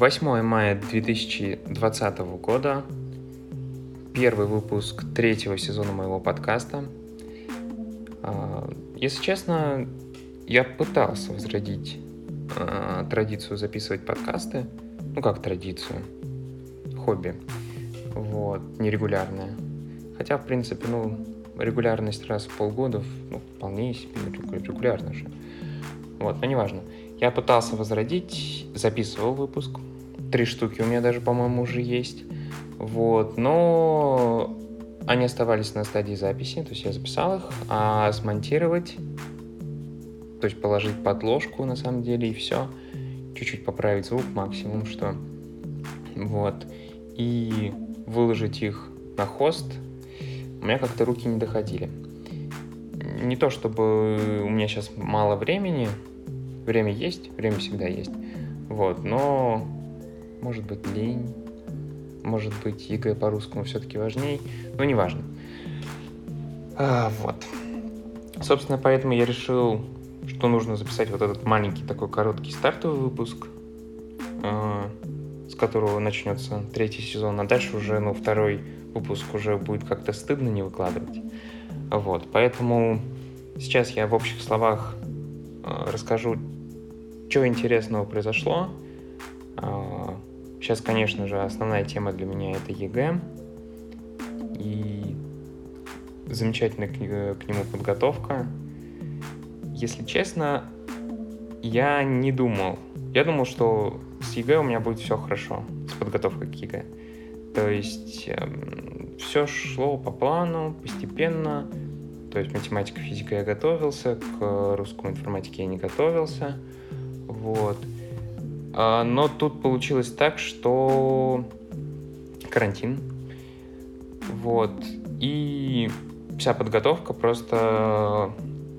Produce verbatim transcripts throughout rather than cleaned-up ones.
восьмое мая две тысячи двадцатого года, первый выпуск третьего сезона моего подкаста. Если честно, я пытался возродить э, традицию записывать подкасты. Ну, как традицию? Хобби. Вот, нерегулярное. Хотя, в принципе, ну, регулярность раз в полгода, ну, вполне себе регулярно же. Вот, но неважно. Я пытался возродить, записывал выпуск. Три штуки у меня даже, по-моему, уже есть. Вот, но они оставались на стадии записи, то есть я записал их, а смонтировать, то есть положить подложку на самом деле и все, чуть-чуть поправить звук максимум, что вот, и выложить их на хост, у меня как-то руки не доходили. Не то чтобы у меня сейчас мало времени, время есть, время всегда есть, вот, но может быть лень. Может быть, ЕГЭ по-русскому все-таки важней, но неважно. А, вот. Собственно, поэтому я решил, что нужно записать вот этот маленький такой короткий стартовый выпуск, э, с которого начнется третий сезон, а дальше уже, ну, второй выпуск уже будет как-то стыдно не выкладывать. Вот, поэтому сейчас я в общих словах э, расскажу, что интересного произошло. Э, Сейчас, конечно же, основная тема для меня — это ЕГЭ и замечательная к нему подготовка. Если честно, я не думал. Я думал, что с ЕГЭ у меня будет все хорошо, с подготовкой к ЕГЭ. То есть э, все шло по плану, постепенно. То есть математика, физика я готовился, к русскому информатике я не готовился. Вот. Но тут получилось так, что карантин, вот, и вся подготовка просто,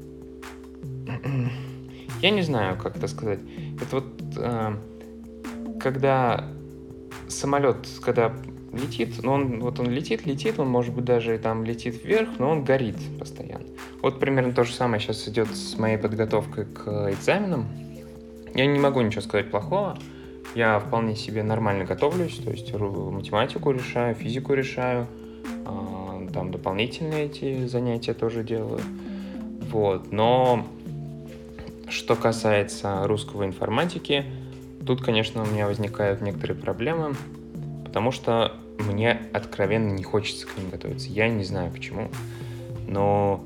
я не знаю, как это сказать, это вот, когда самолет, когда летит, ну он, вот он летит, летит, он может быть даже там летит вверх, но он горит постоянно. Вот примерно то же самое сейчас идет с моей подготовкой к экзаменам. Я не могу ничего сказать плохого, я вполне себе нормально готовлюсь, то есть математику решаю, физику решаю, там дополнительные эти занятия тоже делаю, вот, но что касается русского информатики, тут, конечно, у меня возникают некоторые проблемы, потому что мне откровенно не хочется к ним готовиться, я не знаю почему, но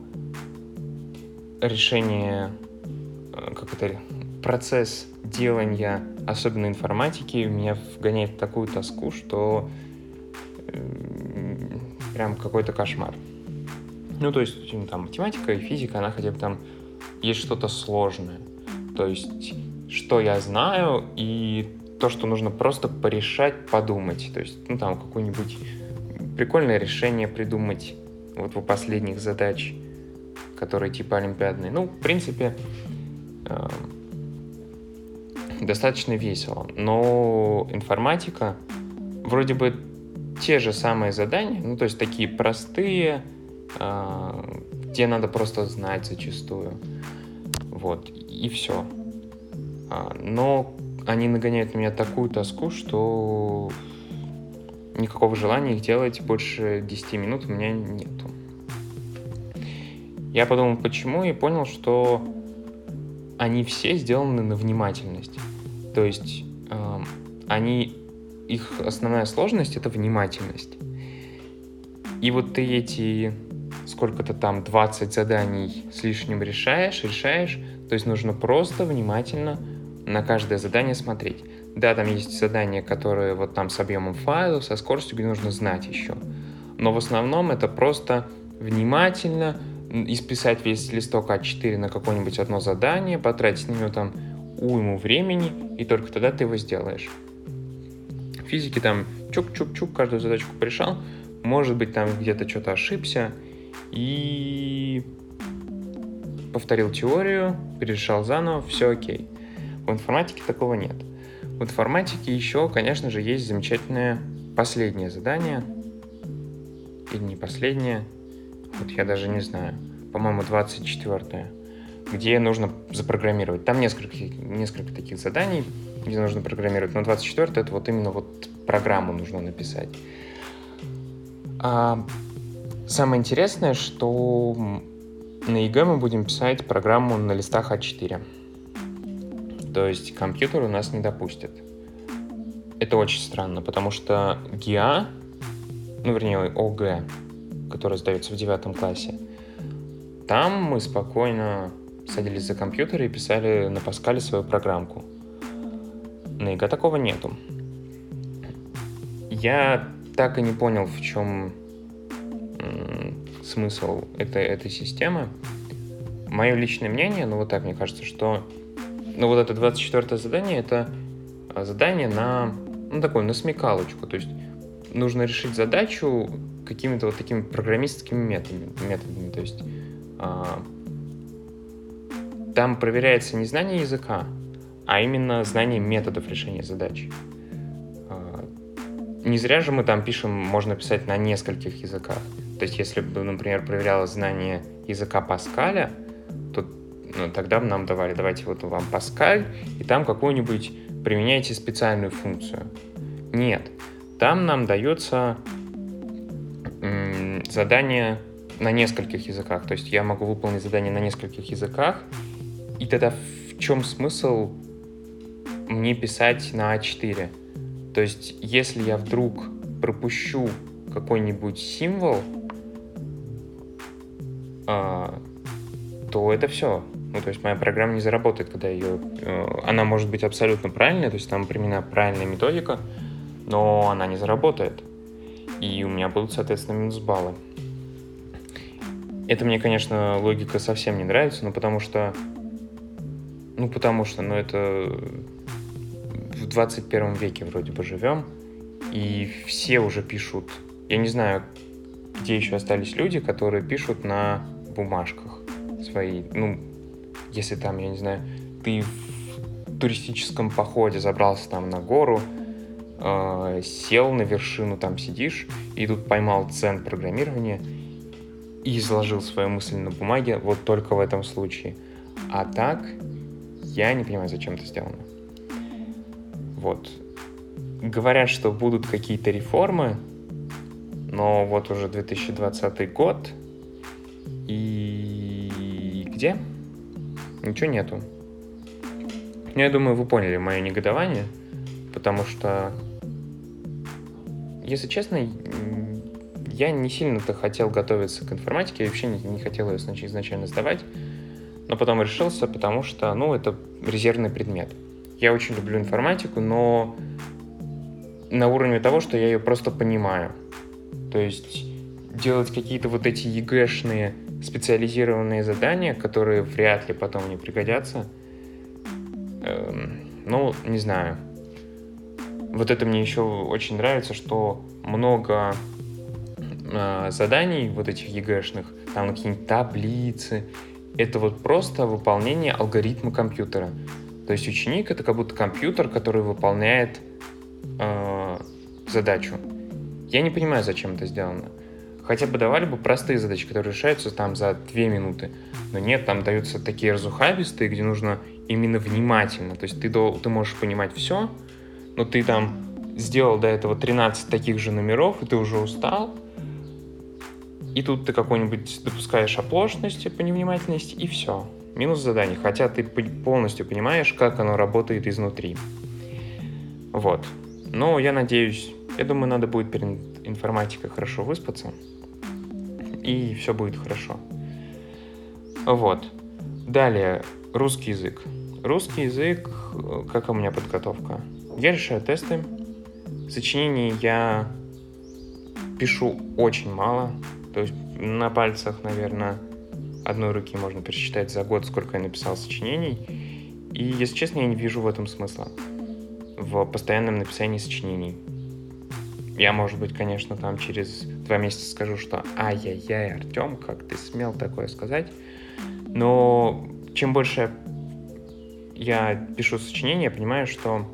решение, как это... процесс делания, особенно информатики, меня вгоняет в такую тоску, что э, прям какой-то кошмар. Ну, то есть, там, математика и физика, она хотя бы там есть что-то сложное. То есть, что я знаю, и то, что нужно просто порешать, подумать. То есть, ну, там, какое-нибудь прикольное решение придумать вот у последних задач, которые типа олимпиадные. Ну, в принципе, э, достаточно весело, но информатика вроде бы те же самые задания, ну то есть такие простые, где надо просто знать зачастую, вот, и все. Но они нагоняют на меня такую тоску, что никакого желания их делать больше десяти минут у меня нету. Я подумал, почему, и понял, что они все сделаны на внимательность. То есть э, они, их основная сложность — это внимательность. И вот ты эти сколько-то там двадцать заданий с лишним решаешь, решаешь, то есть нужно просто внимательно на каждое задание смотреть. Да, там есть задания, которые вот там с объемом файла, со скоростью, где нужно знать еще. Но в основном это просто внимательно исписать весь листок а четыре на какое-нибудь одно задание, потратить на него там уйму времени, и только тогда ты его сделаешь. В физике там чук-чук-чук, каждую задачку порешал, может быть, там где-то что-то ошибся, и повторил теорию, перерешал заново, все окей. В информатике такого нет. В информатике еще, конечно же, есть замечательное последнее задание, или не последнее, вот я даже не знаю, по-моему, двадцать четвёртое, где нужно запрограммировать. Там несколько, несколько таких заданий, где нужно программировать, но двадцать четвёртый это вот именно вот программу нужно написать. А самое интересное, что на ЕГЭ мы будем писать программу на листах а четыре. То есть компьютер у нас не допустит. Это очень странно, потому что ГИА, ну, вернее, ОГЭ, который сдается в девятом классе, там мы спокойно садились за компьютер и писали на Паскале свою программку. На ЕГЭ такого нету. Я так и не понял, в чем м, смысл этой, этой системы. Мое личное мнение, ну вот так мне кажется, что ну, вот это двадцать четвёртое задание, это задание на, ну, такое, на смекалочку. То есть нужно решить задачу какими-то вот такими программистскими методами. методами. То есть а, там проверяется не знание языка, а именно знание методов решения задач. А, не зря же мы там пишем, можно писать на нескольких языках. То есть если бы, например, проверялось знание языка Паскаля, то ну, тогда бы нам давали, давайте вот вам Паскаль, и там какую-нибудь применяйте специальную функцию. Нет, там нам дается м, задание на нескольких языках. То есть я могу выполнить задание на нескольких языках, и тогда в чем смысл мне писать на а четыре? То есть если я вдруг пропущу какой-нибудь символ, а, то это все. Ну, то есть моя программа не заработает, когда ее... Э, она может быть абсолютно правильной, то есть там применена правильная методика, но она не заработает. И у меня будут, соответственно, минус баллы. Это мне, конечно, логика совсем не нравится, но потому что... Ну, потому что, ну, это... В двадцать первом веке вроде бы живем, и все уже пишут... Я не знаю, где еще остались люди, которые пишут на бумажках свои... Ну, если там, я не знаю, ты в туристическом походе забрался там на гору, э, сел на вершину, там сидишь, и тут поймал дзен программирования и изложил свою мысль на бумаге, вот только в этом случае. А так, я не понимаю, зачем это сделано. Вот. Говорят, что будут какие-то реформы, но вот уже две тысячи двадцатый год, и где? Ничего нету. Ну, я думаю, вы поняли мое негодование, потому что, если честно, я не сильно-то хотел готовиться к информатике, я вообще не, не хотел ее изначально сдавать, но потом решился, потому что, ну, это резервный предмет. Я очень люблю информатику, но на уровне того, что я ее просто понимаю. То есть делать какие-то вот эти ЕГЭшные специализированные задания, которые вряд ли потом мне пригодятся, эм, ну, не знаю. Вот это мне еще очень нравится, что много э, заданий вот этих ЕГЭшных, там какие-нибудь таблицы, это вот просто выполнение алгоритма компьютера. То есть ученик — это как будто компьютер, который выполняет э, задачу. Я не понимаю, зачем это сделано. Хотя бы давали бы простые задачи, которые решаются там за две минуты. Но нет, там даются такие разухабистые, где нужно именно внимательно. То есть ты, до, ты можешь понимать все, но ты там сделал до этого тринадцать таких же номеров, и ты уже устал. И тут ты какой-нибудь допускаешь оплошности по невнимательности, и все. Минус задание. Хотя ты полностью понимаешь, как оно работает изнутри. Вот. Но я надеюсь, я думаю, надо будет перед информатикой хорошо выспаться, и все будет хорошо. Вот. Далее, русский язык. Русский язык, как у меня подготовка? Я решаю тесты. Сочинений я пишу очень мало. То есть на пальцах, наверное, одной руки можно пересчитать за год, сколько я написал сочинений. И, если честно, я не вижу в этом смысла. В постоянном написании сочинений. Я, может быть, конечно, там через два месяца скажу, что ай-яй-яй, Артем, как ты смел такое сказать. Но чем больше я пишу сочинения, я понимаю, что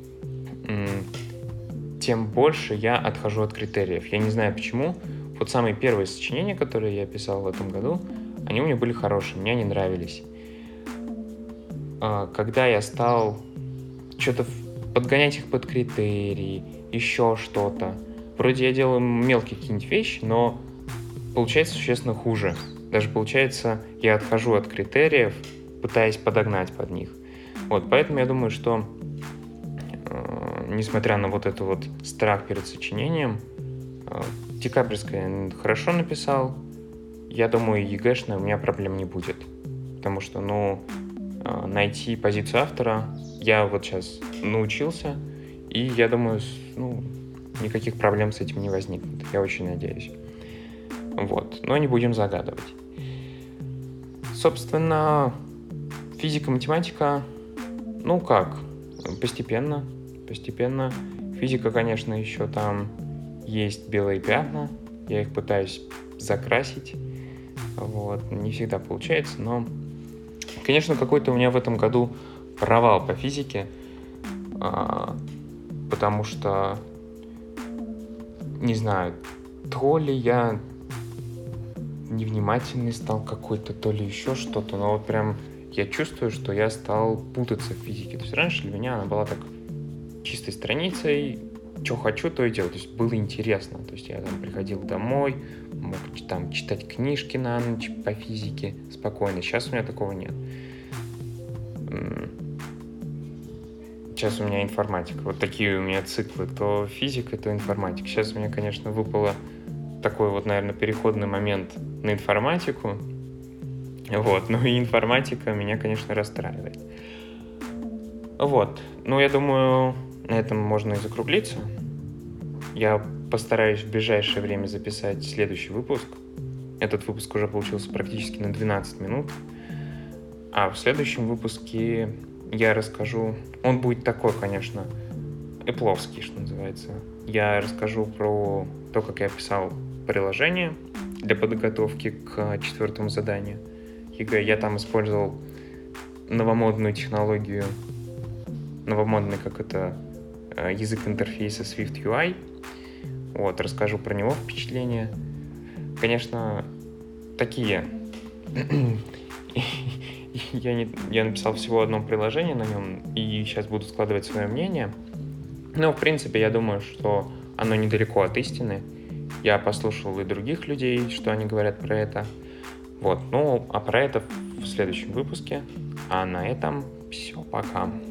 м- тем больше я отхожу от критериев. Я не знаю почему. Вот самые первые сочинения, которые я писал в этом году, они у меня были хорошие, мне они нравились. Когда я стал что-то подгонять их под критерии, еще что-то. Вроде я делаю мелкие какие-нибудь вещи, но получается существенно хуже. Даже получается, я отхожу от критериев, пытаясь подогнать под них. Вот, поэтому я думаю, что э, несмотря на вот этот вот страх перед сочинением, э, декабрьское хорошо написал. Я думаю, ЕГЭшное у меня проблем не будет. Потому что, ну, э, найти позицию автора я вот сейчас научился, и я думаю, ну, никаких проблем с этим не возникнет. Я очень надеюсь. Вот, но не будем загадывать. Собственно, физика, математика, ну как, постепенно, постепенно. Физика, конечно, еще там есть белые пятна, я их пытаюсь закрасить, вот, не всегда получается, но, конечно, какой-то у меня в этом году провал по физике, потому что, не знаю, то ли я невнимательный стал какой-то, то ли еще что-то, но вот прям я чувствую, что я стал путаться в физике. То есть раньше для меня она была так чистой страницей, что хочу, то и делаю. То есть было интересно. То есть я там приходил домой, мог там читать книжки на ночь по физике спокойно. Сейчас у меня такого нет. Сейчас у меня информатика. Вот такие у меня циклы. То физика, то информатика. Сейчас у меня, конечно, выпало такой вот, наверное, переходный момент на информатику. Вот, ну и информатика меня, конечно, расстраивает. Вот, ну я думаю, на этом можно и закруглиться. Я постараюсь в ближайшее время записать следующий выпуск. Этот выпуск уже получился практически на двенадцать минут. А в следующем выпуске я расскажу... Он будет такой, конечно, эпловский, что называется. Я расскажу про то, как я писал приложение для подготовки к четвертому заданию ЕГЭ. Я там использовал новомодную технологию, новомодный, как это, язык интерфейса Swift ю ай. Вот, расскажу про него впечатления. Конечно, такие. я, не, я написал всего одно приложение на нем, и сейчас буду складывать свое мнение. Но, в принципе, я думаю, что оно недалеко от истины. Я послушал и других людей, что они говорят про это. Вот, ну, а про это в следующем выпуске. А на этом все, пока.